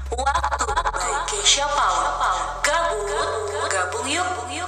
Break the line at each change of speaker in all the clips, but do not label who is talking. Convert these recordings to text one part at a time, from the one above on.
Waktu by Keisha Paul. Gabung yuk.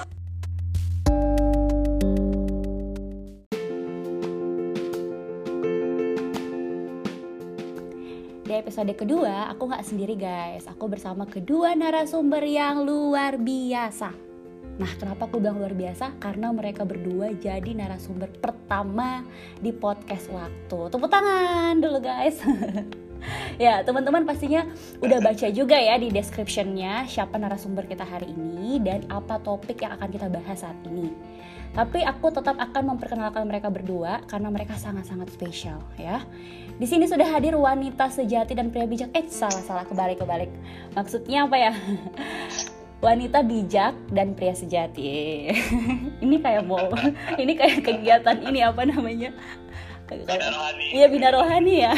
Di episode kedua, aku gak sendiri guys. Aku bersama kedua narasumber yang luar biasa. Nah, kenapa aku bilang luar biasa? Karena mereka berdua jadi narasumber pertama di podcast Waktu. Tepuk tangan dulu guys. Ya, teman-teman pastinya udah baca juga ya di description-nya siapa narasumber kita hari ini dan apa topik yang akan kita bahas saat ini. Tapi aku tetap akan memperkenalkan mereka berdua karena mereka sangat-sangat spesial ya. Di sini sudah hadir wanita sejati dan pria bijak. Salah kebalik. Maksudnya apa ya? Wanita bijak dan pria sejati. Ini kayak kegiatan ini apa namanya?
Bina rohani.
Iya, bina rohani ya.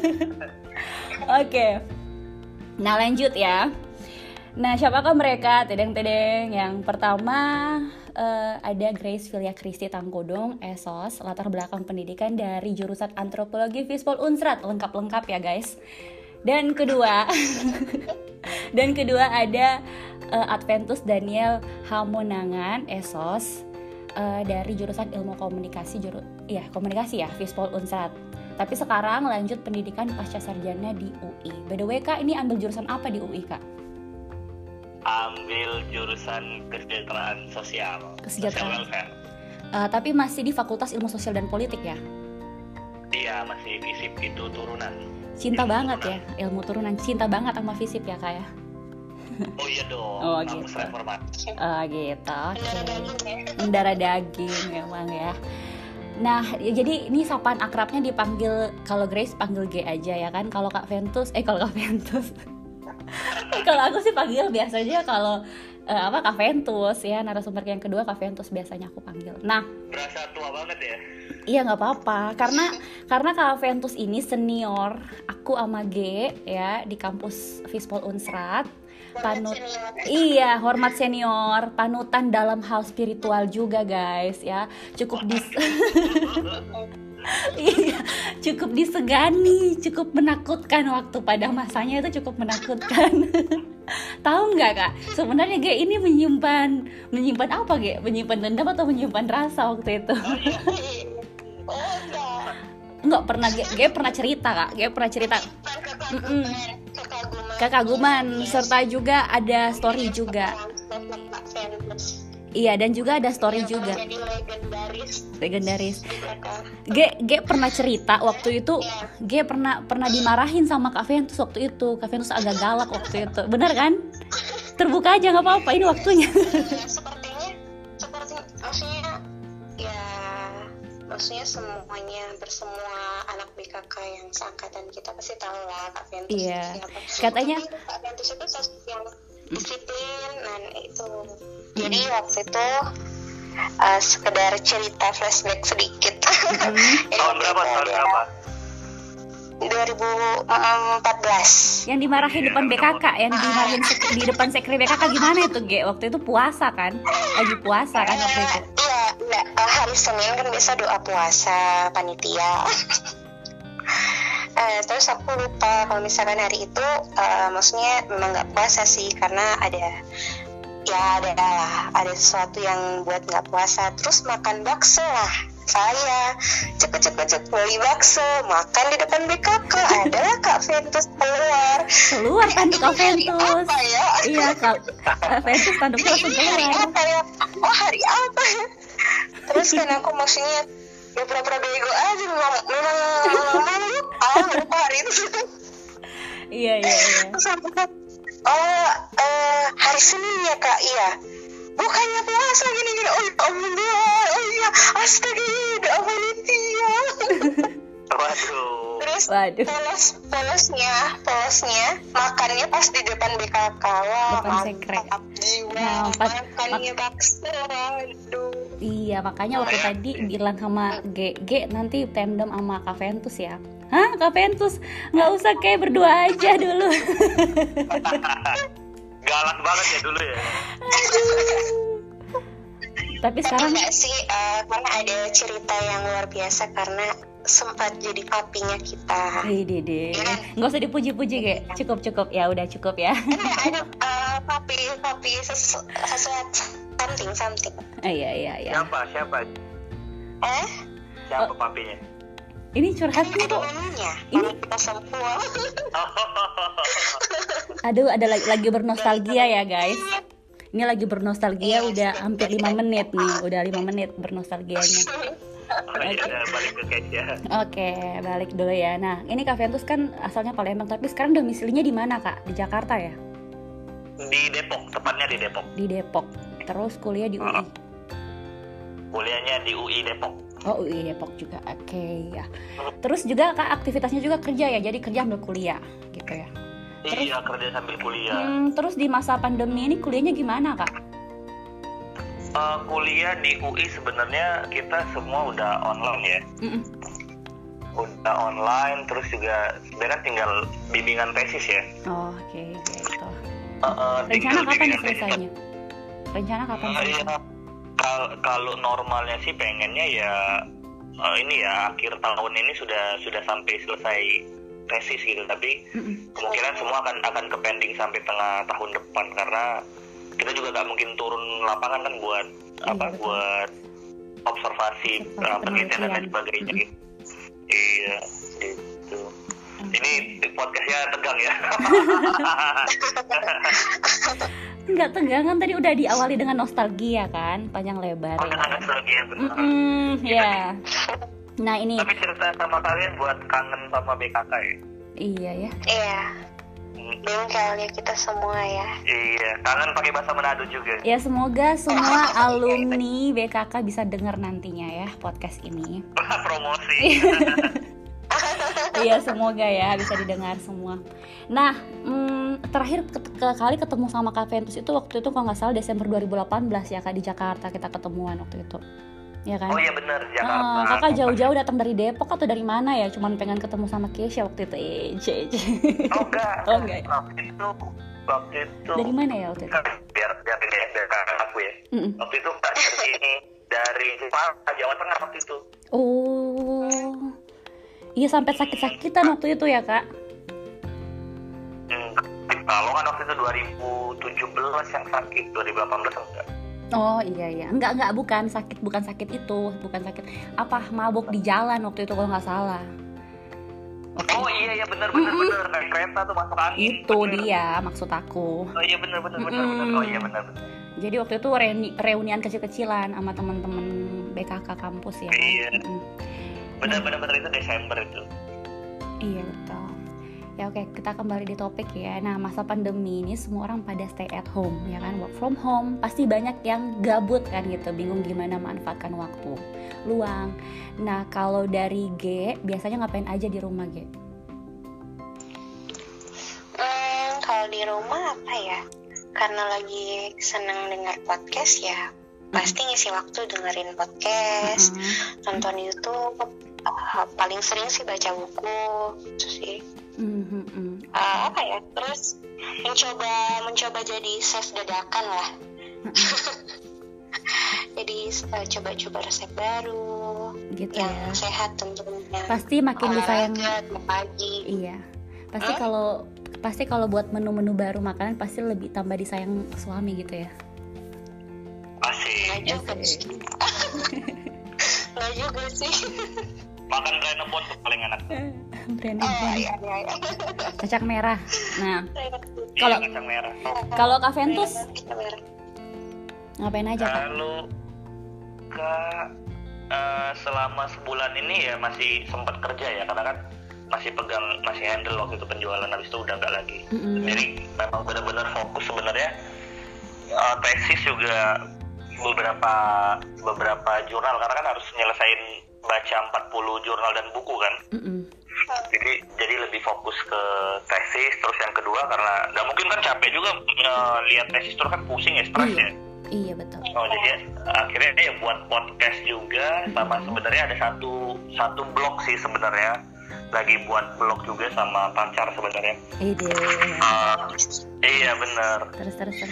Oke. Nah, lanjut ya. Nah, siapakah mereka? Tedeng. Yang pertama ada Grace Filia Kristi Tangkodong, ESOS, latar belakang pendidikan dari jurusan Antropologi Fispol Unsrat, lengkap ya guys. Dan kedua ada Adventus Daniel Hamonangan, ESOS, dari jurusan Ilmu Komunikasi komunikasi ya, Fispol Unsrat. Tapi sekarang lanjut pendidikan pasca sarjana di UI. By the way Kak, ini ambil jurusan apa di UI Kak?
Ambil jurusan kesejahteraan sosial.
Kesejahteraan. Tapi masih di Fakultas Ilmu Sosial dan Politik ya?
Iya, masih FISIP itu turunan.
Cinta banget ya, ilmu turunan. Cinta banget sama FISIP ya Kak ya?
Oh iya dong,
kampus
gitu. Reformasi.
Gitu, oke. Mendarah daging memang ya. Nah, jadi ini sapaan akrabnya dipanggil, kalau Grace panggil G aja ya kan. Kalau Kak Ventus kalau aku sih panggil biasanya kalau Kak Ventus ya, narasumber yang kedua Kak Ventus biasanya aku panggil. Nah,
berasa tua banget ya?
Iya nggak apa-apa, karena Kak Ventus ini senior aku sama G ya di kampus Fispol Unsrat. Hormat senior, panutan dalam hal spiritual juga guys ya. Cukup disegani, cukup menakutkan waktu pada masanya itu cukup menakutkan. Tahu nggak Kak? Sebenarnya G ini menyimpan apa G? Menyimpan dendam atau menyimpan rasa waktu itu? Enggak pernah, G pernah cerita Kak. G pernah cerita. Kekaguman serta juga ada story juga. Iya, dan juga ada story juga. Legendaris. G pernah cerita waktu itu. G pernah dimarahin sama Kak Ventus waktu itu. Kak Ventus agak galak waktu itu. Benar kan? Terbuka aja, nggak apa-apa. Ini waktunya.
Maksudnya semua anak BKK yang seangkatan kita pasti tahu lah Kak Ventus
iya.
Siapa.
Katanya
Kak Ventus itu sosok yang disiplin dan itu. Jadi waktu itu sekedar cerita flashback sedikit.
Tahun berapa?
2014.
Yang dimarahin depan BKK, yang dimarahin di depan sekre BKK gimana itu G? Waktu itu puasa kan? Lagi puasa kan waktu itu?
Iya, hari Senin kan biasa doa puasa panitia. Terus aku lupa kalau misalkan hari itu maksudnya memang nggak puasa sih, karena ada sesuatu yang buat nggak puasa. Terus makan bakso lah, saya cepet beli bakso, makan di depan BKK. Adalah Kak Ventus keluar tanduk Kak Ventus. Apa ya?
Iya Kak Ventus tanduknya langsung keluar.
Hari apa ya? Terus kan aku maksudnya ya pura-pura bego aja, memang lupa hari itu.
Iya.
Terus aku hari Senin ya Kak, iya. Bukannya puasa gini. Oh iya, astaga, doa panitia.
Waduh.
Terus polosnya makannya pas di depan BKK. Wah,
depan sekre.
Makannya bakso. Aduh.
Iya, makanya waktu tadi bilang sama G nanti tandem sama Kak Ventus ya. Hah, Kak Ventus? Nggak usah, kayak berdua aja dulu.
Galak banget ya dulu ya.
Tapi sekarang
enggak sih, karena ada cerita yang luar biasa, karena sempat jadi papinya kita.
Dede,
Iya.
nggak usah dipuji-puji kayak cukup ya, udah cukup ya.
Ada papi sesuatu something.
Iya.
Siapa
Eh,
siapa papinya?
Ini curhat nih
ada
kok.
namanya.
Ini-
Kalau kita semua.
Aduh, ada lagi bernostalgia ya guys. Ini lagi bernostalgia udah hampir 5 menit nih. Udah 5 menit bernostalgianya.
Udah balik ke Kesia.
Oke, balik dulu ya. Nah, ini Kak Ventus kan asalnya Palembang, tapi sekarang domisilinya di mana Kak? Di Jakarta ya?
Di Depok, tepatnya di Depok.
Di Depok. Terus kuliah di UI.
Kuliahnya di UI Depok.
Oh, UI Depok juga. Oke, ya. Terus juga Kak aktivitasnya juga kerja ya. Jadi kerja sambil kuliah gitu ya.
Iya, kerja sambil kuliah.
Terus di masa pandemi ini kuliahnya gimana Kak?
Kuliah di UI sebenarnya kita semua udah online ya.
Mm-mm.
Udah online, terus juga sebenarnya tinggal bimbingan tesis ya.
Oh, oke, gitu.
Tinggal
Rencana kapan nih
bimbingan tesis.
selesainya? Rencana kapan selesai?
Iya, kalau normalnya sih pengennya ya ini ya akhir tahun ini sudah sampai selesai tesis gitu, tapi kemungkinan semua akan ke pending sampai tengah tahun depan karena kita juga nggak mungkin turun lapangan kan buat
betul.
buat observasi penelitian dan lain sebagainya gitu. Iya gitu. Ini podcastnya tegang ya.
Enggak tegang kan, tadi udah diawali dengan nostalgia kan, panjang lebar ya.
Jangan lagi ya benar.
Ya. Nah ini,
Tapi cerita sama kalian buat kangen sama BKK ya.
iya ya.
Iya, bengkelnya kita semua ya.
Iya, kangen pakai bahasa Manado juga.
Ya semoga semua alumni BKK bisa dengar nantinya ya podcast ini.
Promosi.
Iya semoga ya bisa didengar semua. Nah terakhir kali ketemu sama Kak Ventus itu waktu itu kalau nggak salah Desember 2018 ya Kak, di Jakarta kita ketemuan waktu itu. Ya kan?
Oh iya benar, Jakarta.
Kakak jauh-jauh datang dari Depok atau dari mana ya? Cuman pengen ketemu sama Keisha waktu itu.
Oh enggak.
Oh, enggak.
Waktu itu.
Dari mana ya waktu itu?
Biar ini ya, dari kakak aku ya. Waktu itu Kak dari Jepang, Jawa Tengah waktu itu.
Oh. Iya sampai sakit-sakitan waktu itu ya Kak?
Kalau kan waktu itu 2017 yang sakit, 2018 enggak.
Oh iya, enggak bukan sakit itu, bukan sakit apa mabuk di jalan waktu itu kalau nggak salah.
Oh iya benar kayak kereta tuh masuk angin.
Itu
bener.
Dia maksud aku.
Oh iya benar. Oh iya benar.
Jadi waktu itu reunian kecil-kecilan sama teman-teman BKK kampus ya.
Iya. Benar itu Desember itu.
Iya betul. Ya oke, kita kembali di topik ya. Nah, masa pandemi ini semua orang pada stay at home ya kan, work from home. Pasti banyak yang gabut kan gitu, bingung gimana manfaatkan waktu luang. Nah, kalau dari G, biasanya ngapain aja di rumah G?
Kalau di rumah apa ya? Karena lagi seneng dengar podcast ya, pasti ngisi waktu dengerin podcast, nonton YouTube. Paling sering sih baca buku, itu sih. Apa ya? Terus mencoba jadi chef dadakan lah. Jadi coba-coba resep baru
Gitu
yang
ya.
sehat tentunya.
Pasti makin disayang.
Olahraga pagi.
Iya. Pasti kalau buat menu-menu baru makanan pasti lebih tambah disayang suami gitu ya.
Asik.
Nggak juga sih.
Makan Renebon tuh paling enak.
Brandon.
Iya.
Kacang merah. Nah,
Iya, kacang merah.
kalau Kak Ventus
Merah.
ngapain aja Kak?
Lalu Kak selama sebulan ini ya masih sempat kerja ya, karena kan masih handle waktu itu penjualan, habis itu udah nggak lagi. Jadi memang benar-benar fokus sebenarnya. Tesis juga beberapa jurnal, karena kan harus nyelesain baca 40 jurnal dan buku kan. Jadi lebih fokus ke tesis. Terus yang kedua karena nggak mungkin kan capek juga lihat tesis terus kan pusing ya, stres ya.
Iya betul.
Jadi akhirnya ya buat podcast juga, sama sebenarnya ada satu blog sih sebenarnya, lagi buat blog juga sama pacar sebenarnya. Iya benar.
Terus.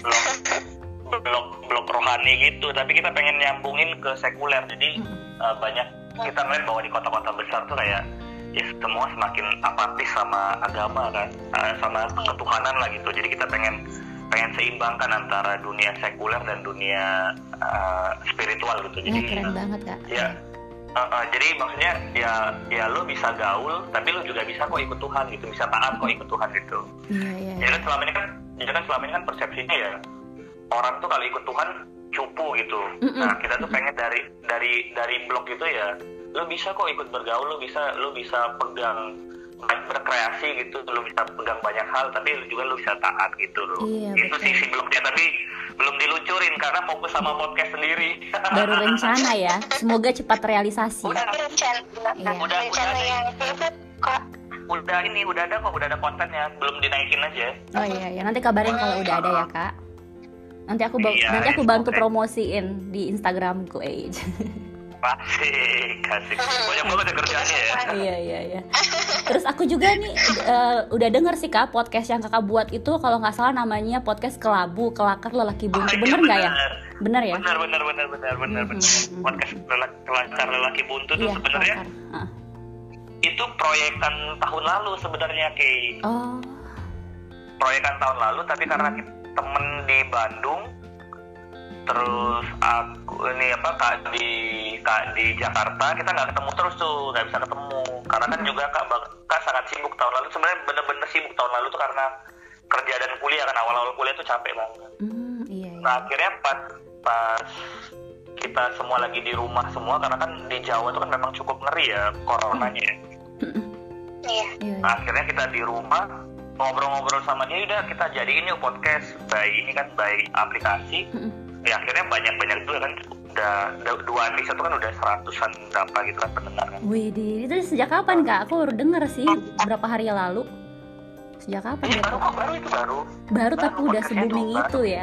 Blog rohani gitu, tapi kita pengen nyambungin ke sekuler, jadi banyak kita ngeliat bahwa di kota-kota besar tuh kayak ya semua semakin apatis sama agama kan, sama ketuhanan lah gitu. Jadi kita pengen seimbangkan antara dunia sekuler dan dunia spiritual gitu. Jadi
keren banget Kak.
Ya, jadi maksudnya ya lo bisa gaul, tapi lo juga bisa kok ikut Tuhan gitu, bisa taat kok ikut Tuhan gitu.
Iya.
Ya kan selama ini kan persepsinya ya orang tuh kalau ikut Tuhan cupu gitu. Nah kita tuh pengen dari blog itu ya, lo bisa kok ikut bergaul, lo bisa pegang berkreasi gitu, lo bisa pegang banyak hal, tapi juga lo bisa taat gitu loh.
Iya,
itu sih si blognya, tapi belum diluncurin karena fokus sama podcast sendiri.
Baru rencana ya, semoga cepat realisasi.
Udah
yang hebat kok.
Udah ada kontennya, belum dinaikin aja.
Oh iya, nanti kabarin kalau udah ada ya Kak. Nanti aku bantu promosiin di Instagramku aja.
Kasih. Banyak banget ya kerjaannya ya.
Iya. Terus aku juga nih udah denger sih Kak podcast yang Kakak buat itu, kalau nggak salah namanya podcast Kelabu, Kelakar Lelaki Buntu. Bener nggak ya? Bener ya?
Bener. Podcast Kelakar Lelaki Buntu tuh sebenarnya itu proyekan tahun lalu sebenarnya Kay.
Oh.
Proyekan tahun lalu, tapi karena temen di Bandung, terus aku ini kak di Jakarta, kita nggak ketemu terus tuh, nggak bisa ketemu karena kan juga kak sangat sibuk tahun lalu. Sebenarnya bener-bener sibuk tahun lalu tuh karena kerja dan kuliah kan, awal-awal kuliah tuh capek banget.
Iya.
Nah akhirnya pas kita semua lagi di rumah semua, karena kan di Jawa tuh kan memang cukup ngeri ya coronanya.
Iya.
Nah, akhirnya kita di rumah ngobrol-ngobrol sama dia, udah kita jadiin yuk podcast by aplikasi. Ya akhirnya banyak juga kan, udah 2 episode kan udah 100-an berapa gitu kan pendengar kan.
Widih, itu sejak kapan Kak? Aku baru denger sih beberapa hari lalu. Sejak kapan ya? Baru tapi udah se-booming itu ya.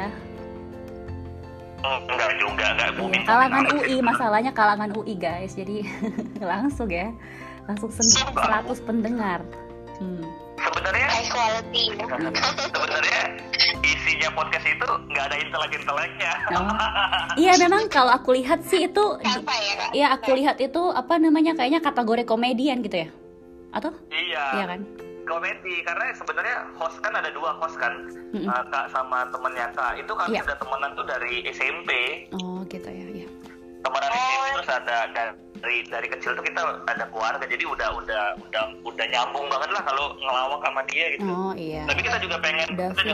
Enggak booming.
Kalangan UI, masalahnya kalangan UI guys. Jadi langsung 100 pendengar.
Sebenarnya
High quality.
Sebenarnya isinya podcast itu nggak ada inteleknya.
Iya memang kalau aku lihat sih itu.
Apa ya Kak?
Iya aku lihat itu kayaknya kategori komedian gitu ya? Atau? Iya kan?
Komedi, karena sebenarnya host kan ada 2 host kan, Kak sama temennya Kak. Itu kami udah temenan tuh dari SMP.
Oh gitu ya. Iya.
Temenan SMP, terus ada dari kecil tuh kita ada keluarga, jadi udah nyambung banget lah kalau ngelawak sama dia gitu.
Oh iya.
Tapi kita juga pengen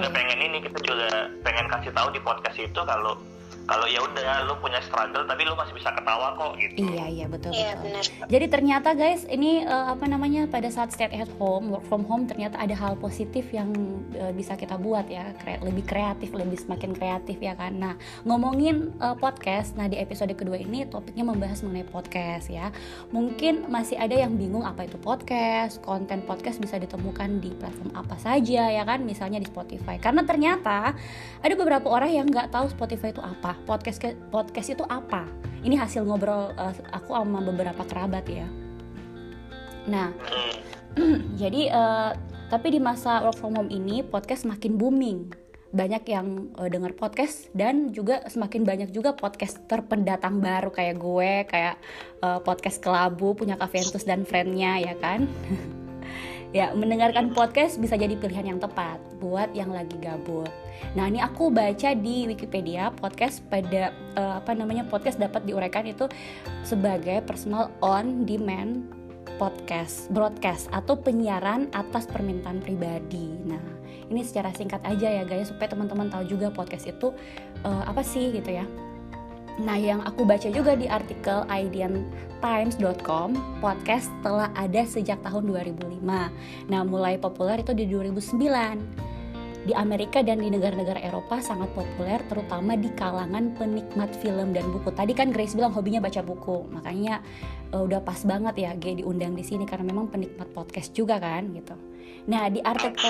kasih tahu di podcast itu kalau ya udah lu punya struggle tapi lu masih bisa ketawa kok gitu.
Iya betul.
Iya benar.
Jadi ternyata guys ini pada saat stay at home, work from home, ternyata ada hal positif yang bisa kita buat ya, lebih semakin kreatif ya kan. Nah ngomongin podcast, nah di episode kedua ini topiknya membahas mengenai podcast ya. Mungkin masih ada yang bingung apa itu podcast, konten podcast bisa ditemukan di platform apa saja ya kan, misalnya di Spotify. Karena ternyata ada beberapa orang yang nggak tahu Spotify itu apa. Podcast itu apa? Ini hasil ngobrol aku sama beberapa kerabat ya. Nah, jadi tapi di masa work from home ini podcast makin booming. Banyak yang dengar podcast dan juga semakin banyak juga podcaster pendatang baru kayak gue, kayak podcast Kelabu punya Kak Ventus dan friend-nya ya kan. Ya, mendengarkan podcast bisa jadi pilihan yang tepat buat yang lagi gabut. Nah, ini aku baca di Wikipedia, podcast podcast dapat diuraikan itu sebagai personal on demand broadcast atau penyiaran atas permintaan pribadi. Nah, ini secara singkat aja ya guys, supaya teman-teman tahu juga podcast itu apa sih gitu ya. Nah, yang aku baca juga di artikel IDNtimes.com, podcast telah ada sejak tahun 2005. Nah, mulai populer itu di 2009. Di Amerika dan di negara-negara Eropa sangat populer, terutama di kalangan penikmat film dan buku. Tadi kan Grace bilang hobinya baca buku, makanya udah pas banget ya G diundang di sini karena memang penikmat podcast juga kan gitu. Nah, di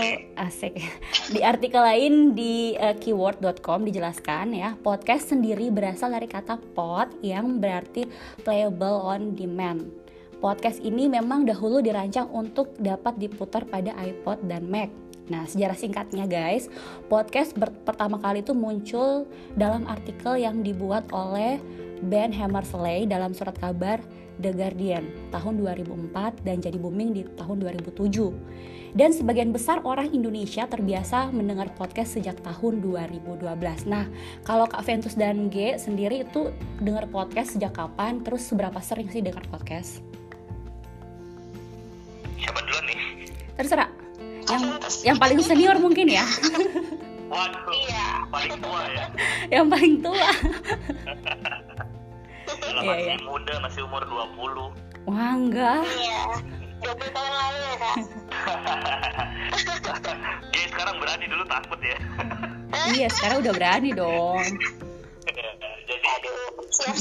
artikel lain di keyword.com dijelaskan ya, podcast sendiri berasal dari kata pod yang berarti playable on demand. Podcast ini memang dahulu dirancang untuk dapat diputar pada iPod dan Mac. Nah, sejarah singkatnya guys, podcast pertama kali itu muncul dalam artikel yang dibuat oleh Ben Hammersley dalam surat kabar The Guardian tahun 2004 dan jadi booming di tahun 2007. Dan sebagian besar orang Indonesia terbiasa mendengar podcast sejak tahun 2012. Nah, kalau Kak Ventus dan G sendiri itu dengar podcast sejak kapan? Terus seberapa sering sih dengar podcast?
Siapa duluan nih?
Terserah. Yang paling senior mungkin ya.
Waduh, paling tua ya.
Yang paling tua.
Masih muda, masih umur 20.
Wah, enggak.
Iya, 20 tahun lalu ya Kak.
Dia sekarang berani, dulu takut ya.
Iya, sekarang udah berani dong.
Jadi
siap.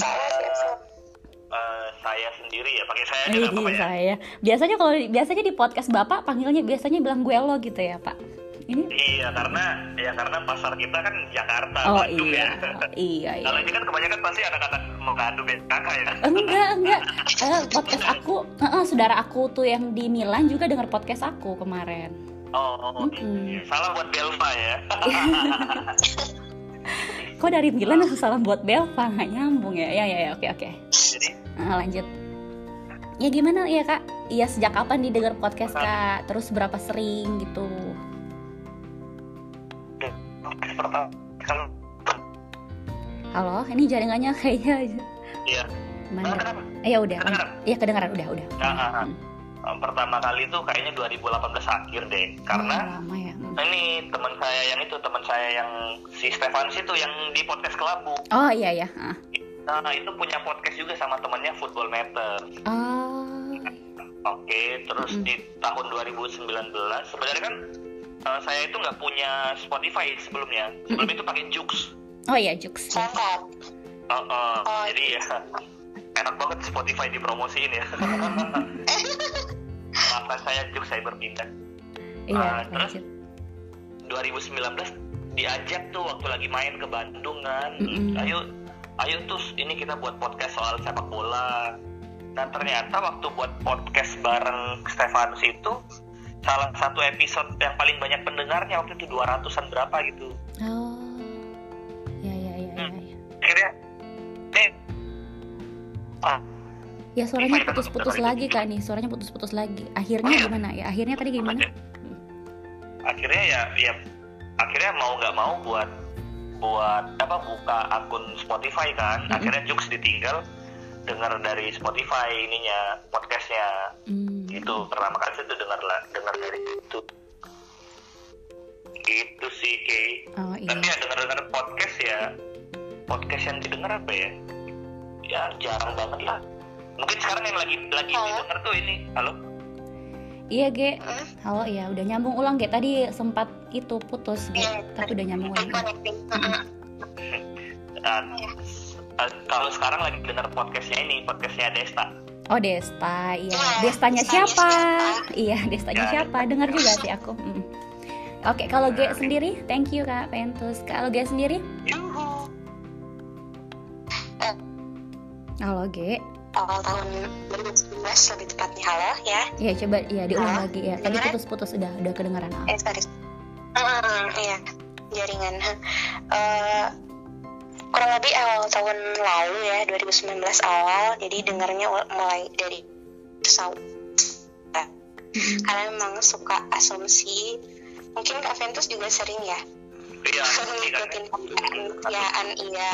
saya sendiri ya, pakai saya aja apa ya?
Saya. Biasanya di podcast Bapak panggilnya biasanya bilang gue lo gitu ya, Pak. Ini?
Iya, karena pasar kita kan Jakarta, Bandung
iya.
ya.
Iya.
Kalau ini kan kebanyakan pasti anak-anak mengadu kakak ya.
Enggak. Podcast aku, saudara aku tuh yang di Milan juga dengar podcast aku kemarin.
Iya. Salam buat Belva ya.
Kok dari Milan langsung salam buat Belva, nggak nyambung ya? Ya, oke.
Jadi
lanjut. Ya gimana ya Kak? Iya, sejak kapan didengar podcast Kak? Terus berapa sering gitu?
pertama kalau
halo, ini jaringannya kayaknya.
Iya.
Mana? Ya udah. Iya kedengaran udah.
Pertama kali itu kayaknya 2018 akhir deh, karena
lama ya.
Ini teman saya yang si Stefan itu yang di podcast Kelabu.
Oh iya.
Nah itu punya podcast juga sama temannya Football Matter. Oke, terus di tahun 2019 sebenarnya kan saya itu nggak punya Spotify sebelumnya. Sebelum itu pakai Joox.
Oh iya, Joox.
Jadi ya enak banget Spotify dipromosiin ya. Maka saya Joox, saya berpindah.
Iya.
Terus 2019 diajak tuh waktu lagi main ke Bandung kan. Ayo terus ini kita buat podcast soal sepak bola. Nah ternyata waktu buat podcast bareng Stefanus itu salah satu episode yang paling banyak pendengarnya waktu itu 200-an berapa gitu.
Ya.
Akhirnya
ya suaranya putus-putus lagi Kak nih, suaranya putus-putus lagi. Akhirnya gimana ya? Akhirnya tadi gimana?
Akhirnya akhirnya mau nggak mau buat buka akun Spotify kan. Akhirnya Joox ditinggal, dengar dari Spotify ininya podcastnya. Itu pertama kali itu dengar dari itu. Gitu sih Kay. Tapi ya dengar podcast yang didengar apa ya? Ya jarang banget lah. Mungkin sekarang yang lagi didengar tuh ini. Halo?
Iya Ge. Halo, ya udah nyambung ulang Ge. Tadi sempat itu putus Ge, tapi udah nyambung lagi.
Kalau sekarang lagi dengar podcastnya Desta.
Oh Desta, iya. Destanya siapa? Iya, Destanya siapa? Dengar juga sih aku. Oke, kalau G sendiri, thank you Kak Ventus. Kalau G sendiri? Halo G.
Awal tahun 2019 lebih tepatnya. Halo ya?
Iya, coba diulang lagi ya. Tadi putus-putus udah kedengaran.
Sorry. Iya, jaringan. Kurang lebih awal tahun lalu ya, 2019 awal. Jadi dengarnya mulai dari pesawat. Karena memang suka asumsi. Mungkin Kak Ventus juga sering ya.
Iya.
Ngikutin pembiayaan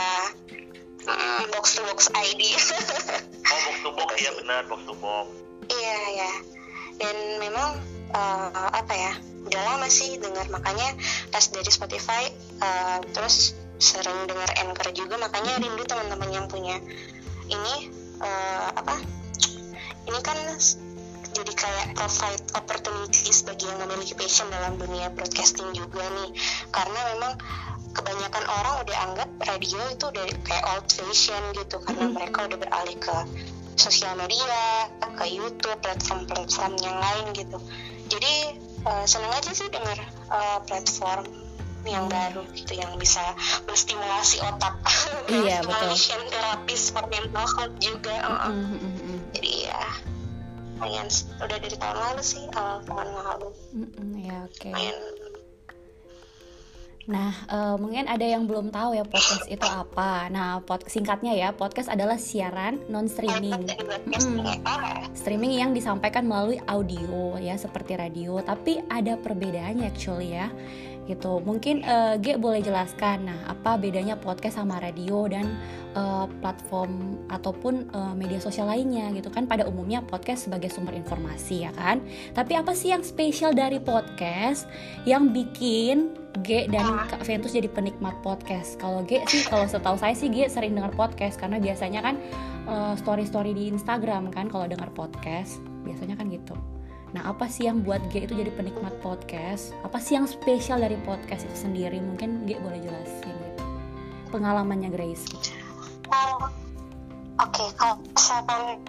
box to box ID.
Box to box ya, benar, box to box.
Iya. Dan memang udah lama sih dengar, makanya pas dari Spotify terus sering dengar Anchor juga, makanya rindu teman-teman yang punya ini ini kan jadi kayak provide opportunities bagi yang memiliki passion dalam dunia broadcasting juga nih, karena memang kebanyakan orang udah anggap radio itu udah kayak old fashion gitu, karena mereka udah beralih ke sosial media, ke YouTube, platform-platform yang lain gitu. Jadi seneng aja sih dengar platform yang baru gitu, yang bisa menstimulasi otak.
Iya betul.
Terapis for mental health juga. Jadi ya lumayan, udah dari tahun lalu sih, tahun lalu.
Ya oke. Nah, mungkin ada yang belum tahu ya podcast itu apa. Nah, singkatnya ya, podcast adalah siaran non-streaming. Streaming yang disampaikan melalui audio ya, seperti radio. Tapi ada perbedaannya actually ya, gitu. Mungkin G boleh jelaskan, nah apa bedanya podcast sama radio dan platform ataupun media sosial lainnya gitu kan. Pada umumnya podcast sebagai sumber informasi ya kan. Tapi apa sih yang spesial dari podcast yang bikin G dan Kak Ventus jadi penikmat podcast? Kalau G sih, kalau setahu saya sih G sering dengar podcast karena biasanya kan story-story di Instagram kan kalau dengar podcast biasanya kan gitu. Nah, apa sih yang buat G itu jadi penikmat podcast? Apa sih yang spesial dari podcast itu sendiri? Mungkin G boleh jelasin gitu. Pengalamannya Grace.
Oke, kalau misalkan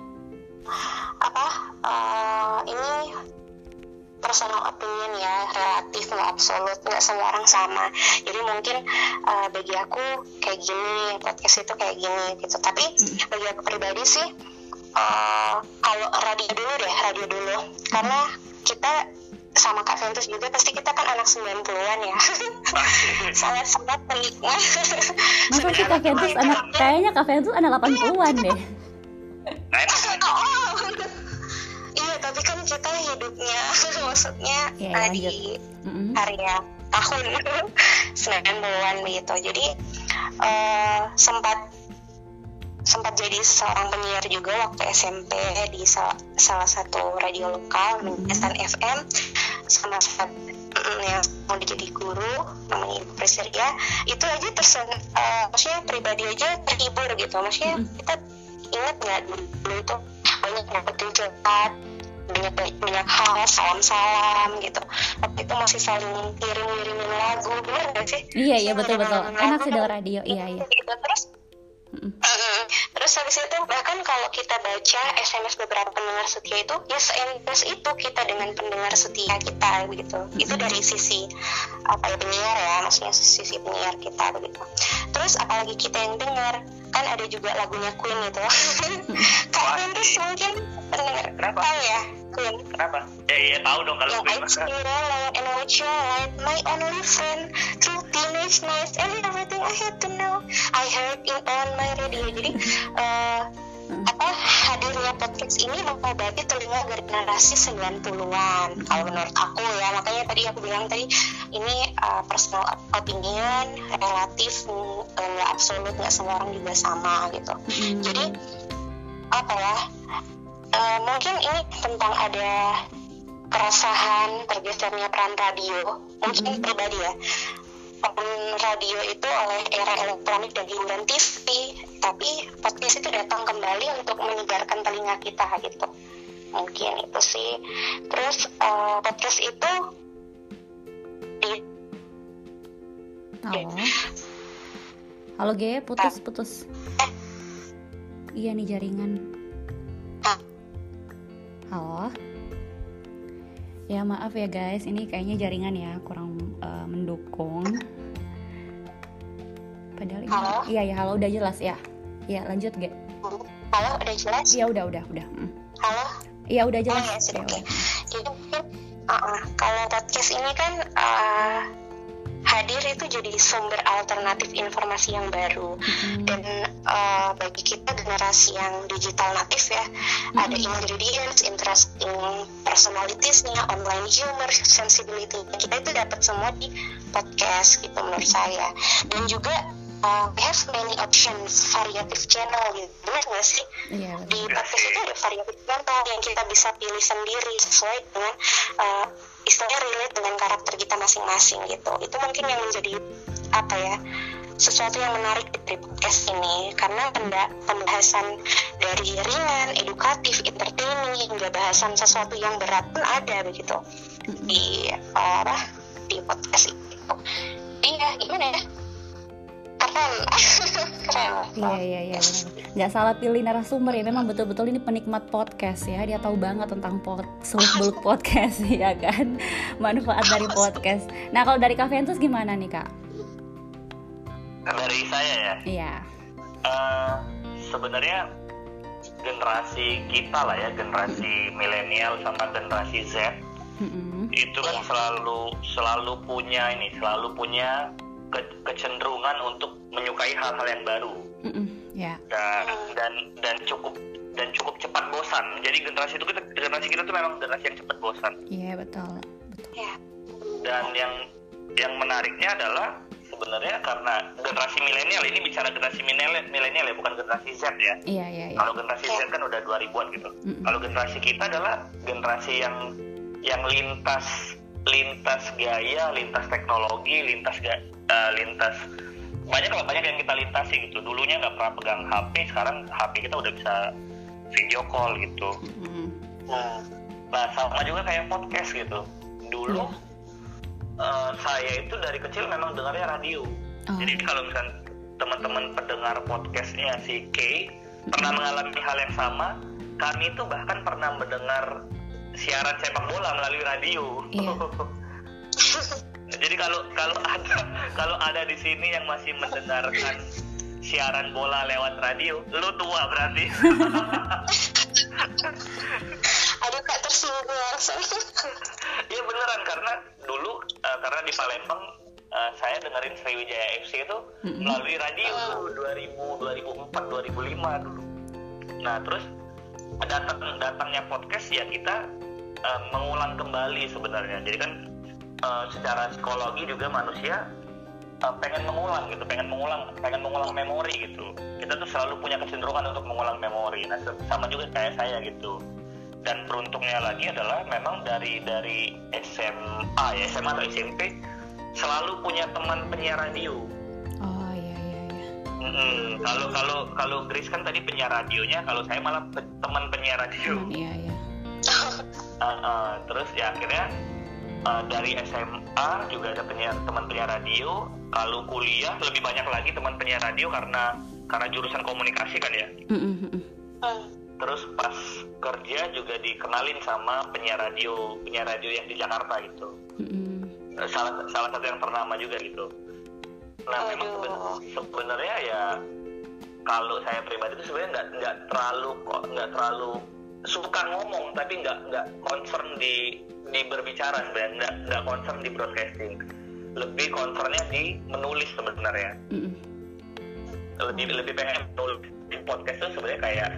ini personal opinion ya, relatif, nggak absolut, nggak semua orang sama. Jadi mungkin bagi aku kayak gini, podcast itu kayak gini gitu. Tapi bagi aku pribadi sih, kalau radio dulu, karena kita sama Kak Ventus juga pasti kita kan anak 90-an ya. Sangat penikmat.
Masa sih Kak Ventus kayaknya Kak Ventus anak 80-an deh.
Iya, tapi kan kita hidupnya maksudnya di area tahun 90-an gitu. Jadi sempat jadi seorang penyiar juga waktu SMP di salah satu radio lokal, Menjelaskan FM, sama yang mau jadi guru namanya Ibu Priscilia. Itu aja maksudnya pribadi aja terhibur gitu. Maksudnya kita ingat nggak dulu itu banyak yang curhat, banyak hal, salam gitu. Waktu itu masih saling kirim-kirimin lagu, benar nggak sih?
Iya betul. Enak sih dengar radio, iya.
Gitu. Terus habis itu bahkan kalau kita baca SMS beberapa pendengar setia itu ya se-endless itu kita dengan pendengar setia kita begitu. Itu dari sisi penyiar ya, maksudnya sisi penyiar kita begitu. Terus apalagi kita yang dengar, kan ada juga lagunya Queen itu. Kak Ventus mungkin pendengar tahu ya Queen.
Kenapa? Ya tahu dong kalau Queen.
And watch your light, my only friend, through teenage nights and everything I had to know, I heard it on my radio. Jadi hadirnya podcast ini mengobati telinga generasi 90-an kalau menurut aku ya. Makanya tadi aku bilang ini personal opinion, relatif, nggak absolut, nggak semua orang juga sama gitu. Jadi mungkin ini tentang ada keresahan tergesernya peran radio, mungkin pribadi ya. Peran radio itu oleh era elektronik dan hiburan TV, tapi podcast itu datang kembali untuk menyegarkan telinga kita gitu. Mungkin itu sih. Terus podcast itu
Halo G, putus. Iya nih jaringan. Halo. Ya maaf ya guys, ini kayaknya jaringan ya kurang mendukung. Padahal ini.
Halo?
Iya halo, udah jelas ya. Iya lanjut G.
Halo, udah jelas?
Iya udah.
Halo?
Iya udah jelas.
Ya, sudah, oke. Jadi mungkin kalau podcast ini kan hadir itu jadi sumber alternatif informasi yang baru. Dan bagi kita generasi yang digital natif ya, ada ingredients, interesting personalities-nya, online humor, sensibility, kita itu dapat semua di podcast gitu menurut saya. Dan juga we have many options, variatif channel gitu, benar nggak sih? Di podcast itu ada variatif channel yang kita bisa pilih sendiri sesuai dengan istilahnya relate dengan karakter kita masing-masing gitu. Itu mungkin yang menjadi sesuatu yang menarik dari podcast ini, karena pembahasan dari ringan, edukatif, entertaining hingga bahasan sesuatu yang berat pun ada begitu di podcast itu. Iya, gimana ya? Keren.
Iya. Nggak salah pilih narasumber ya. Memang betul-betul ini penikmat podcast ya. Dia tahu banget tentang seluk-beluk podcast ya kan. Manfaat dari podcast. Nah kalau dari Kak Ventus gimana nih Kak?
Dari saya ya.
Iya.
Sebenarnya generasi kita lah ya, generasi milenial sama generasi Z itu kan selalu punya kecenderungan untuk menyukai hal-hal yang baru. Dan cukup cepat bosan. Jadi generasi kita tuh memang generasi yang cepat bosan.
Iya, betul.
Dan yang menariknya adalah sebenarnya karena generasi milenial, ini bicara generasi milenial ya, bukan generasi Z ya.
Iya.
Kalau generasi Z kan udah 2000-an gitu. Kalau generasi kita adalah generasi yang lintas gaya, lintas teknologi, lintas banyak yang kita lintasi gitu. Dulunya nggak pernah pegang HP, sekarang HP kita udah bisa video call gitu. Nah, sama juga kayak podcast gitu. Dulu saya itu dari kecil memang dengarnya radio. Jadi kalau misalnya teman-teman pendengar podcastnya si Kay pernah mengalami hal yang sama, kami itu bahkan pernah mendengar siaran sepak bola melalui radio. Jadi kalau ada di sini yang masih mendengarkan siaran bola lewat radio, lu tua berarti.
Aduh Kak, tersinggung langsung.
Iya beneran, karena dulu karena di Palembang saya dengerin Sriwijaya FC itu melalui radio 2004 2005 dulu. Nah terus datangnya podcast ya kita mengulang kembali sebenarnya. Jadi kan secara psikologi juga manusia pengen mengulang memori gitu. Kita tuh selalu punya kecenderungan untuk mengulang memori. Nah sama juga kayak saya gitu. Dan beruntungnya lagi adalah memang dari SMA atau SMP selalu punya teman penyiar radio.
Oh iya.
Kalau Grace kan tadi penyiar radionya, kalau saya malah teman penyiar radio.
Iya.
Terus ya akhirnya dari SMA juga ada teman penyiar radio. Kalau kuliah lebih banyak lagi teman penyiar radio karena jurusan komunikasi kan ya. Terus pas kerja juga dikenalin sama penyiar radio yang di Jakarta gitu. Salah satu yang ternama juga gitu. Nah memang sebenarnya ya kalau saya pribadi itu sebenarnya nggak terlalu suka ngomong, tapi nggak concern di berbicara sebenarnya, nggak concern di broadcasting, lebih concernnya di menulis sebenarnya. Lebih pengen menulis. Di podcast itu sebenarnya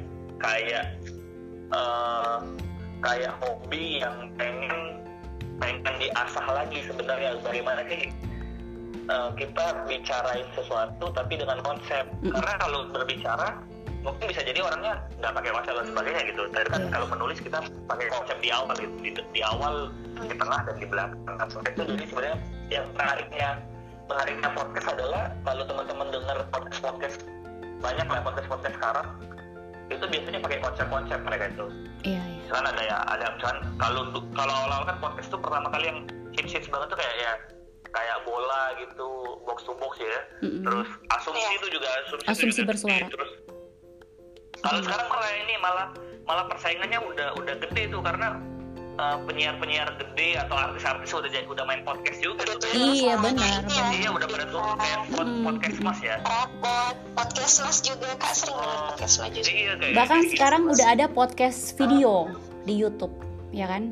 kayak hobi yang pengen diasah lagi sebenarnya, bagaimana sih kita bicarain sesuatu tapi dengan konsep. Karena kalau berbicara mungkin bisa jadi orangnya nggak pakai konsep dan sebagainya gitu. Tapi kan kalau menulis kita pakai konsep di awal gitu, di awal, di tengah dan di belakang. Itu jadi sebenarnya yang menariknya podcast adalah kalau teman-teman dengar podcast banyak lah podcast sekarang itu biasanya pakai konsep-konsep mereka itu.
Iya.
Kan ada misalkan kalau awal-awal kan podcast itu pertama kali yang hits banget tuh kayak bola gitu, box to box ya. Terus asumsi itu juga
asumsi bersuara.
Terus kalau sekarang malah persaingannya udah gede tuh karena penyiar gede atau artis-artis udah main podcast juga tuh.
Iya benar.
Iya udah pada tuh kayak podcast mas ya.
Podcast mas juga Kak, sering banget podcast mas juga.
Iya,
Bahkan
gitu.
sekarang udah ada podcast video di YouTube, ya kan?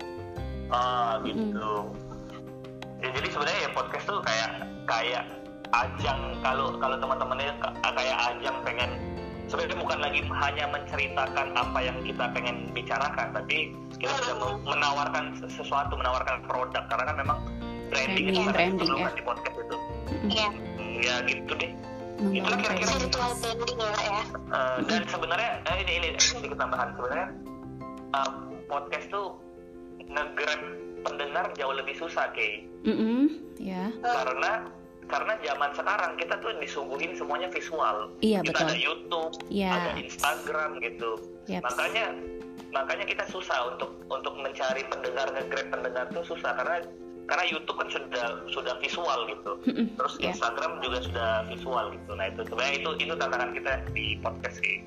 Gitu. Ya, jadi sebenarnya ya podcast tuh kayak ajang kalau teman-temannya kayak ajang pengen sebenarnya bukan lagi hanya menceritakan apa yang kita pengen bicarakan, tapi kita sudah menawarkan sesuatu, menawarkan produk, karena kan memang branding itu kan di podcast itu. Ya gitu deh. Itulah kira-kira
virtual branding ya.
Dan sebenarnya ini sedikit tambahan, sebenarnya podcast tuh nge-grab pendengar jauh lebih susah Kay.
Ya.
Karena zaman sekarang kita tuh disuguhin semuanya visual.
Iya,
kita
betul.
ada YouTube, ada Instagram gitu.
Yep.
Makanya kita susah untuk mencari pendengar, nge-grab pendengar tuh susah karena YouTube kan sudah visual gitu. Terus Instagram juga sudah visual gitu. Nah itu sebenarnya itu tantangan kita di podcast sih.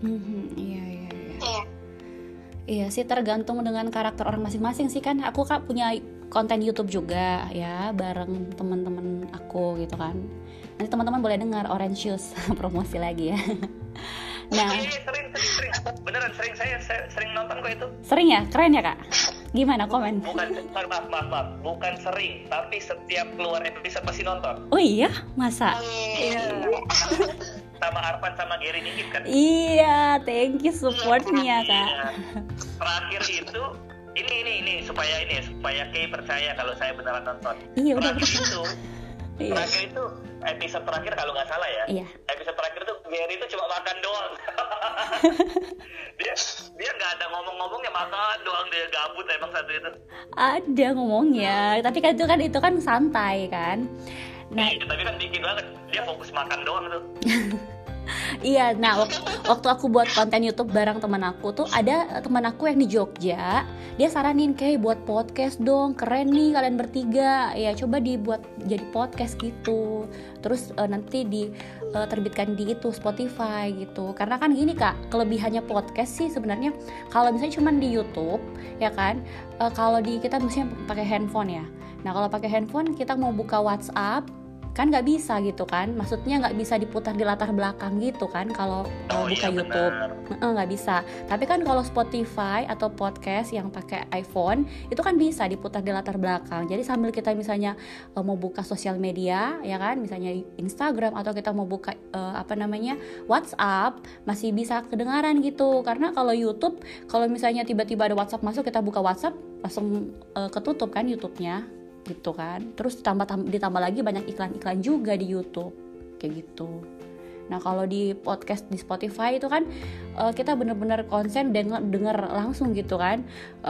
Iya sih, tergantung dengan karakter orang masing-masing sih kan. Aku kan punya konten YouTube juga ya, bareng teman-teman aku gitu kan. Nanti teman-teman boleh dengar Orange Juice promosi lagi ya. Nah,
sering. Beneran sering, saya sering nonton kok itu.
sering ya? Keren ya, Kak? Gimana komen?
Maaf. Bukan sering, tapi setiap keluar episode pasti nonton.
Oh iya? Masa?
Iya. Sama Arfan sama Gary dikit kan?
Iya, thank you supportnya, Kak.
Iya. Terakhir itu ini supaya Kay percaya kalau saya beneran nonton.
Iya, udah. Iya.
Terakhir itu episode terakhir kalau nggak salah ya.
Iya.
Episode terakhir itu Gary itu cuma makan doang. dia nggak ada ngomong-ngomongnya, makan doang, dia gabut emang satu itu.
Ada ngomongnya, tapi kan itu kan santai kan. Nah,
tapi kan dikit banget, dia fokus makan doang tuh.
iya, nah waktu aku buat konten YouTube bareng teman aku tuh, ada teman aku yang di Jogja, dia saranin kayak buat podcast dong, keren nih kalian bertiga, ya coba dibuat jadi podcast gitu, terus nanti diterbitkan di itu Spotify gitu. Karena kan gini Kak, kelebihannya podcast sih sebenarnya kalau misalnya cuma di YouTube ya kan, kalau di kita misalnya pakai handphone ya, nah kalau pakai handphone kita mau buka WhatsApp kan nggak bisa gitu kan, maksudnya nggak bisa diputar di latar belakang gitu kan kalau buka YouTube, nggak bisa. Tapi kan kalau Spotify atau podcast yang pakai iPhone itu kan bisa diputar di latar belakang. Jadi sambil kita misalnya mau buka sosial media ya kan, misalnya Instagram atau kita mau buka WhatsApp, masih bisa kedengaran gitu. Karena kalau YouTube, kalau misalnya tiba-tiba ada WhatsApp masuk, kita buka WhatsApp langsung ketutup kan YouTube-nya gitu kan. Terus ditambah lagi banyak iklan-iklan juga di YouTube kayak gitu. Nah kalau di podcast di Spotify itu kan kita benar-benar konsen dan denger langsung gitu kan,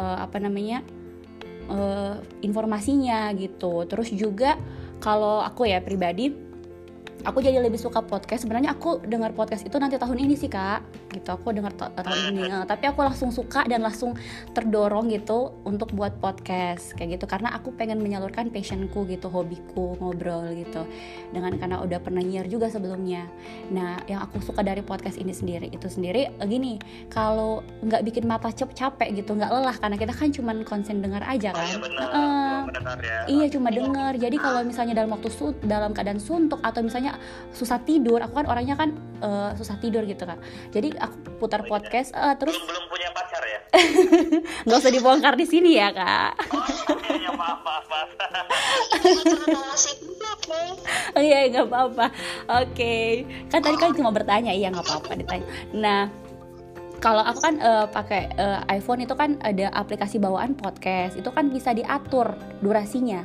informasinya gitu. Terus juga kalau aku ya pribadi, aku jadi lebih suka podcast. Sebenarnya aku dengar podcast itu nanti tahun ini sih Kak gitu, aku dengar tahun ini, tapi aku langsung suka dan langsung terdorong gitu untuk buat podcast kayak gitu, karena aku pengen menyalurkan passionku gitu, hobiku ngobrol gitu, karena udah pernah nyiar juga sebelumnya. Nah yang aku suka dari podcast ini sendiri gini, kalau nggak bikin mata capek gitu, nggak lelah, karena kita kan cuman konsen dengar aja kan. Iya cuma dengar. Jadi kalau misalnya dalam keadaan suntuk atau misalnya susah tidur, aku kan orangnya kan susah tidur gitu Kak, jadi aku putar podcast terus
belum punya pacar ya.
nggak usah dibongkar di sini ya Kak.
Ya maaf.
Iya nggak apa-apa. Oke. Kan tadi kan cuma bertanya, iya nggak apa-apa ditanya. Nah kalau aku kan pakai iPhone itu kan ada aplikasi bawaan podcast, itu kan bisa diatur durasinya.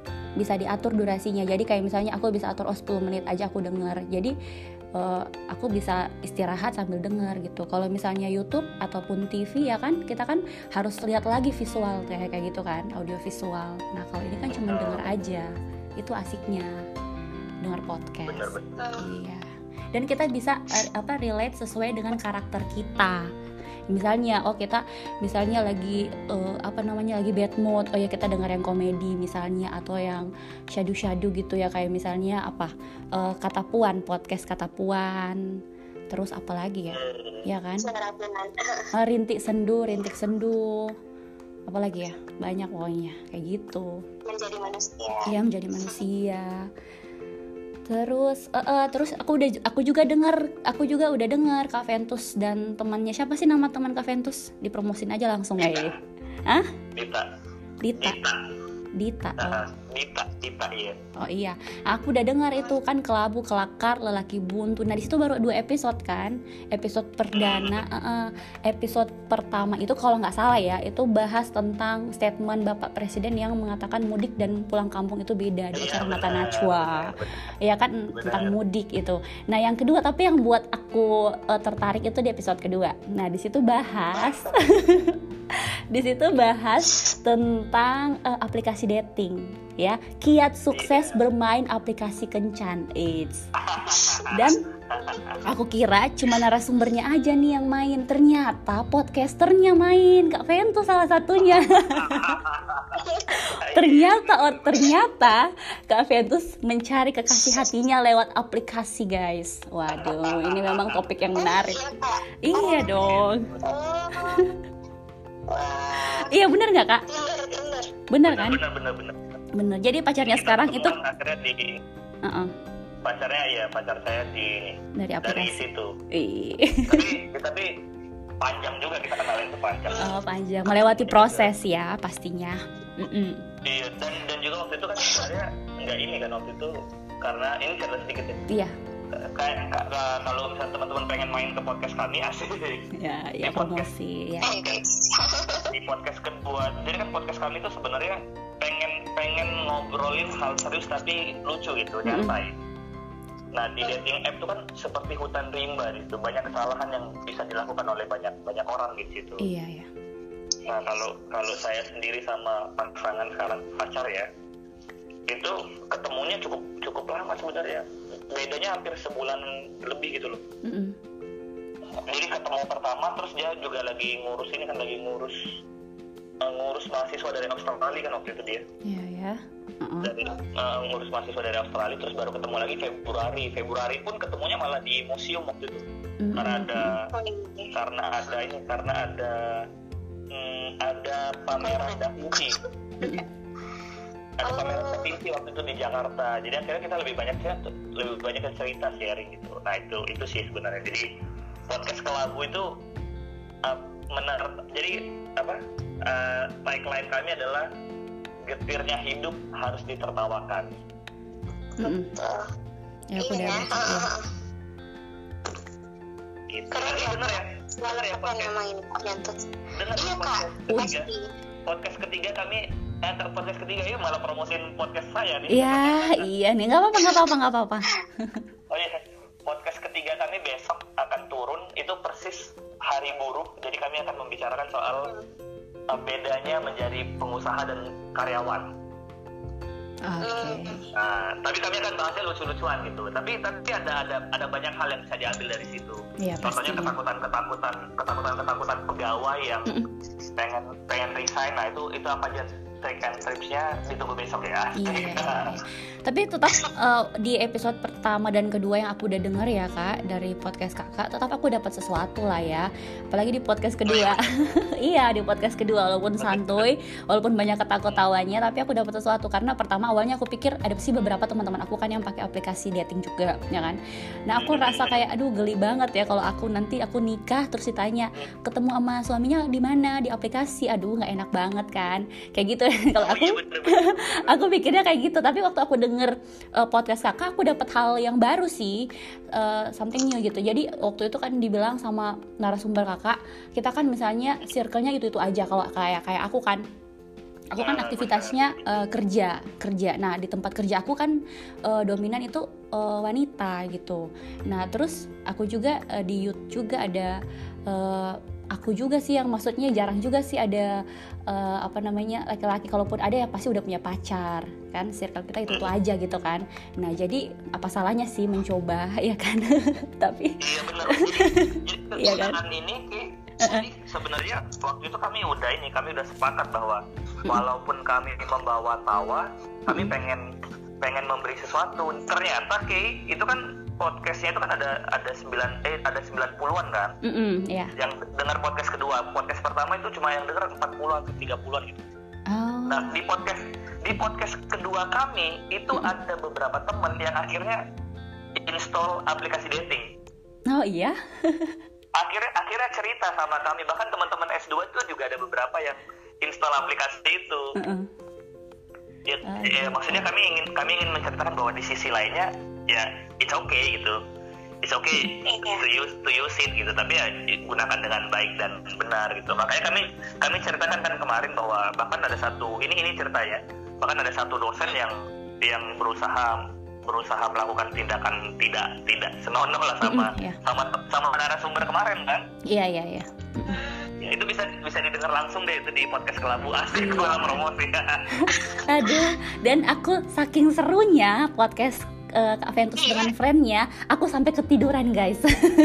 Jadi kayak misalnya aku bisa atur 10 menit aja aku denger. Jadi aku bisa istirahat sambil denger gitu. Kalau misalnya YouTube ataupun TV ya kan, kita kan harus lihat lagi visual kayak gitu kan, audio visual. Nah kalau ini kan cuma denger aja, itu asiknya denger podcast.
Benar.
Iya. Dan kita bisa relate sesuai dengan karakter kita. Misalnya kita misalnya lagi lagi bad mood, ya kita dengar yang komedi misalnya, atau yang syadu gitu ya, kayak misalnya Kata Puan, podcast Kata Puan. Terus apa lagi ya kan, rintik sendu, apa lagi ya, banyak pokoknya kayak gitu. Menjadi manusia. Terus aku juga udah dengar Kak Ventus dan temannya. Siapa sih nama teman Kak Ventus? Dipromosin aja langsung ya. Hah? Dita. Dita iya. Oh iya, aku udah dengar itu kan, Kelabu Kelakar Lelaki Buntu. Nah di situ baru 2 episode kan, episode perdana, episode pertama itu kalau nggak salah ya, itu bahas tentang statement Bapak Presiden yang mengatakan mudik dan pulang kampung itu beda di acara Mata Najwa, ya kan, tentang mudik itu. Nah yang kedua, tapi yang buat aku tertarik itu di episode kedua. Nah di situ bahas tentang aplikasi dating ya, kiat sukses bermain aplikasi kencan. Dan aku kira cuma narasumbernya aja nih yang main, ternyata podcasternya main, Kak Ventus salah satunya. ternyata Kak Ventus mencari kekasih hatinya lewat aplikasi, guys. Waduh, ini memang topik yang menarik. Iya dong. Iya benar nggak Kak? Benar kan?
Benar.
Benar. Jadi pacarnya sekarang itu
pacar saya dari situ. Tapi panjang juga kita kenalin itu panjang.
Oh, panjang, melewati proses ya pastinya.
Iya, dan juga waktu itu kan sebenarnya nggak ini kan waktu itu karena ini cerita sedikit ya.
Iya.
Kayak kalau misalnya teman-teman pengen main ke podcast kami asik.
Ya promosi ya.
Di podcast kedua, jadi kan podcast kami itu sebenarnya pengen ngobrolin hal serius tapi lucu gitu, nyantai. Nah di dating app itu kan seperti hutan rimba gitu, banyak kesalahan yang bisa dilakukan oleh banyak orang di situ.
Iya.
Nah kalau saya sendiri sama pasangan sekarang pacar ya, itu ketemunya cukup lama sebenarnya, bedanya hampir sebulan lebih gitu loh. Jadi ketemu pertama terus dia juga lagi ngurus mahasiswa dari Australia kan waktu itu dia.
Iya.
Dari ngurus mahasiswa dari Australia, terus baru ketemu lagi Februari pun ketemunya malah di museum waktu itu. Karena ada pameran Da Vinci. Ada pameran Da Vinci waktu itu di Jakarta. Jadi akhirnya kita lebih banyak cerita sharing gitu. Nah itu sih sebenarnya. Jadi podcast Kelabu itu tagline kami adalah getirnya hidup harus ditertawakan.
Ya aku udah baca ya.
Gitu. Bener ya
main nyantuk.
Bener ya podcast ketiga kami podcast ketiga ya malah promosin podcast saya nih.
Iya nih, nggak apa-apa.
Oh iya, podcast ketiga kami besok akan turun, itu persis hari buruh. Jadi kami akan membicarakan soal bedanya menjadi pengusaha dan karyawan. Nah, tapi kami akan bahasnya lucu-lucuan gitu. Tapi ada banyak hal yang bisa diambil dari situ.
Ya,
contohnya ketakutan pegawai yang pengen resign. Nah itu apa aja trik and tripsnya ditunggu besok ya.
Iya. Tapi tetap di episode pertama dan kedua yang aku udah denger ya Kak, dari podcast Kakak, tetap aku dapat sesuatu lah ya. Apalagi di podcast kedua. Iya, di podcast kedua walaupun santuy, walaupun banyak ketawa-tawanya, tapi aku dapat sesuatu karena pertama awalnya aku pikir ada sih beberapa teman-teman aku kan yang pakai aplikasi dating juga, ya kan. Nah, aku rasa kayak aduh geli banget ya kalau aku nikah terus ditanya ketemu sama suaminya di mana, di aplikasi. Aduh, nggak enak banget kan. Kayak gitu. Kalau aku pikirnya kayak gitu, tapi waktu aku denger podcast Kakak aku dapat hal yang baru sih, something new gitu. Jadi waktu itu kan dibilang sama narasumber Kakak, kita kan misalnya circle-nya itu aja. Kalau kayak aku kan aktivitasnya kerja. Nah di tempat kerja aku kan dominan itu wanita gitu. Nah terus aku juga di youth juga ada aku juga sih yang maksudnya jarang juga sih ada laki-laki, kalaupun ada ya pasti udah punya pacar kan, circle kita itu aja gitu kan. Nah jadi apa salahnya sih mencoba ya kan. Tapi
iya benar.
Iya kan
jadi sebenarnya waktu itu kami udah sepakat bahwa walaupun kami membawa tawa, kami pengen memberi sesuatu. Ternyata itu kan podcastnya itu kan ada 90-an kan.
Yeah.
Yang dengar podcast kedua, podcast pertama itu cuma yang dengar 40-an ke 30-an gitu. Nah di podcast kedua kami itu ada beberapa teman yang akhirnya install aplikasi dating.
Oh iya.
akhirnya cerita sama kami, bahkan teman-teman S2 itu juga ada beberapa yang install aplikasi itu. Maksudnya kami ingin menceritakan bahwa di sisi lainnya ya it's okay gitu, it's okay to use it gitu, tapi ya gunakan dengan baik dan benar gitu. Makanya kami ceritakan kan kemarin bahwa bahkan ada satu ini ceritanya, bahkan ada satu dosen yang berusaha melakukan tindakan tidak senonoh lah sama narasumber kemarin kan. Iya. Ya, itu bisa didengar langsung deh itu di podcast Kelabu, asik malah promosi.
Aduh, dan aku saking serunya podcast Kak Ventus dengan friend-nya, aku sampai ketiduran guys.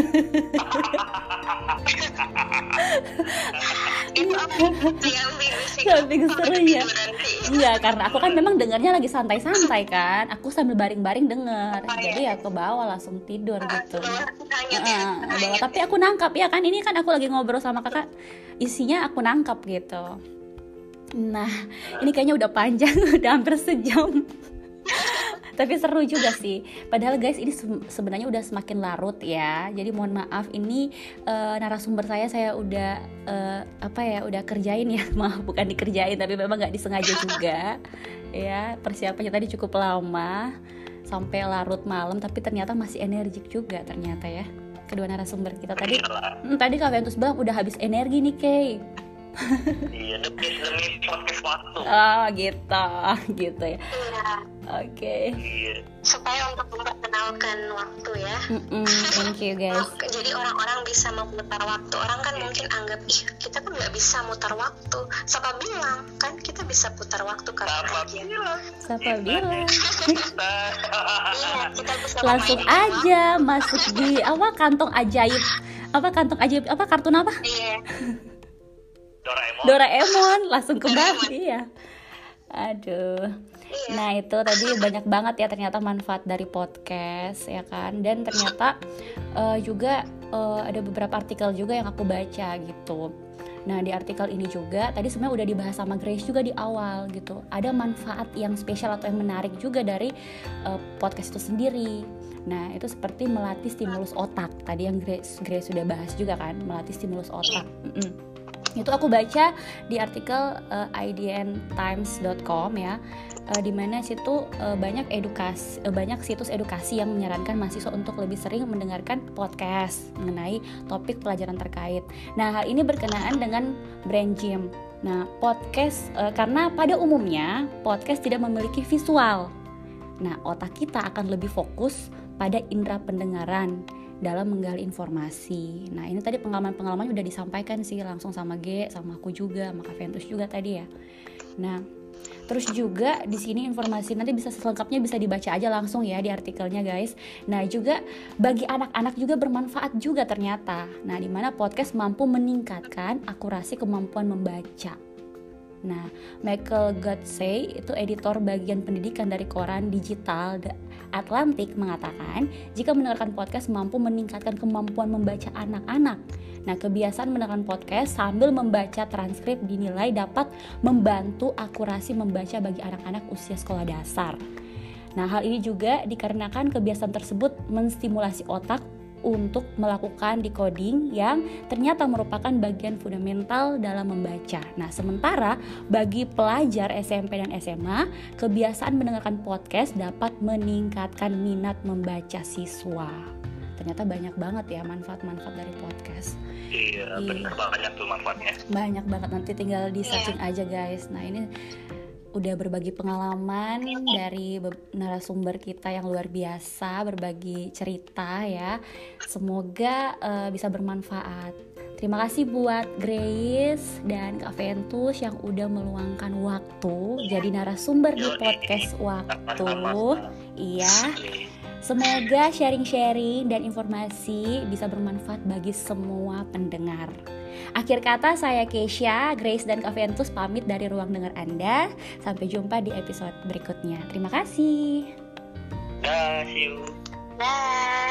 Saking serunya. Iya, karena aku kan memang dengarnya lagi santai-santai kan. Aku sambil baring-baring denger. Jadi ya ke bawah langsung tidur gitu. Tapi aku nangkap ya kan, ini kan aku lagi ngobrol sama Kakak, isinya aku nangkap gitu. Nah, ini kayaknya udah panjang, udah hampir sejam. Tapi seru juga sih. Padahal guys ini sebenarnya udah semakin larut ya. Jadi mohon maaf ini narasumber saya udah udah kerjain ya. Maaf bukan dikerjain tapi memang nggak disengaja juga. Ya persiapannya tadi cukup lama sampai larut malam tapi ternyata masih energik juga ternyata ya. Kedua narasumber kita tadi Kak Ventus bilang udah habis energi nih Kay.
Iya, demi podcast waktu.
Oh gitu ya. Oke.
Iya.
Supaya untuk memperkenalkan waktu ya.
Thank you guys.
Jadi orang-orang bisa memutar waktu. Orang kan mungkin anggap kita kan nggak bisa mutar waktu. Siapa bilang kan kita bisa putar waktu kapan aja.
Siapa bilang?
Iya, kita bisa
Langsung aja masuk di kantong ajaib. Kartun apa?
Iya.
Doraemon langsung kembali ya. Aduh. Nah itu tadi banyak banget ya ternyata manfaat dari podcast ya kan. Dan ternyata juga ada beberapa artikel juga yang aku baca gitu. Nah di artikel ini juga tadi sebenarnya udah dibahas sama Grace juga di awal gitu. Ada manfaat yang spesial atau yang menarik juga dari podcast itu sendiri. Nah itu seperti melatih stimulus otak. Tadi yang Grace sudah bahas juga kan, melatih stimulus otak. Itu aku baca di artikel idntimes.com ya, di mana situ banyak situs edukasi yang menyarankan mahasiswa untuk lebih sering mendengarkan podcast mengenai topik pelajaran terkait. Nah hal ini berkenaan dengan brain gym. Nah podcast karena pada umumnya podcast tidak memiliki visual. Nah otak kita akan lebih fokus pada indera pendengaran dalam menggali informasi. Nah ini tadi pengalaman udah disampaikan sih langsung sama sama aku juga, sama Kak Ventus juga tadi ya. Nah terus juga di sini informasi nanti bisa selengkapnya bisa dibaca aja langsung ya di artikelnya guys. Nah juga bagi anak-anak juga bermanfaat juga ternyata. Nah di mana podcast mampu meningkatkan akurasi kemampuan membaca. Nah, Michael Godsey itu editor bagian pendidikan dari koran digital The Atlantic mengatakan, jika mendengarkan podcast mampu meningkatkan kemampuan membaca anak-anak. Nah, kebiasaan mendengarkan podcast sambil membaca transkrip dinilai dapat membantu akurasi membaca bagi anak-anak usia sekolah dasar. Nah, hal ini juga dikarenakan kebiasaan tersebut menstimulasi otak untuk melakukan decoding yang ternyata merupakan bagian fundamental dalam membaca. Nah, sementara bagi pelajar SMP dan SMA, kebiasaan mendengarkan podcast dapat meningkatkan minat membaca siswa. Ternyata banyak banget ya manfaat-manfaat dari podcast.
Iya, benar banyak tuh manfaatnya.
Banyak banget, nanti tinggal di searching aja guys. Nah, ini udah berbagi pengalaman dari narasumber kita yang luar biasa, berbagi cerita ya. Semoga bisa bermanfaat. Terima kasih buat Grace dan Kak Ventus yang udah meluangkan waktu jadi narasumber di podcast Waktu. Iya. Semoga sharing-sharing dan informasi bisa bermanfaat bagi semua pendengar. Akhir kata saya Keisha, Grace dan Kak Ventus pamit dari ruang dengar Anda. Sampai jumpa di episode berikutnya. Terima kasih.
Dah, see you.
Bye.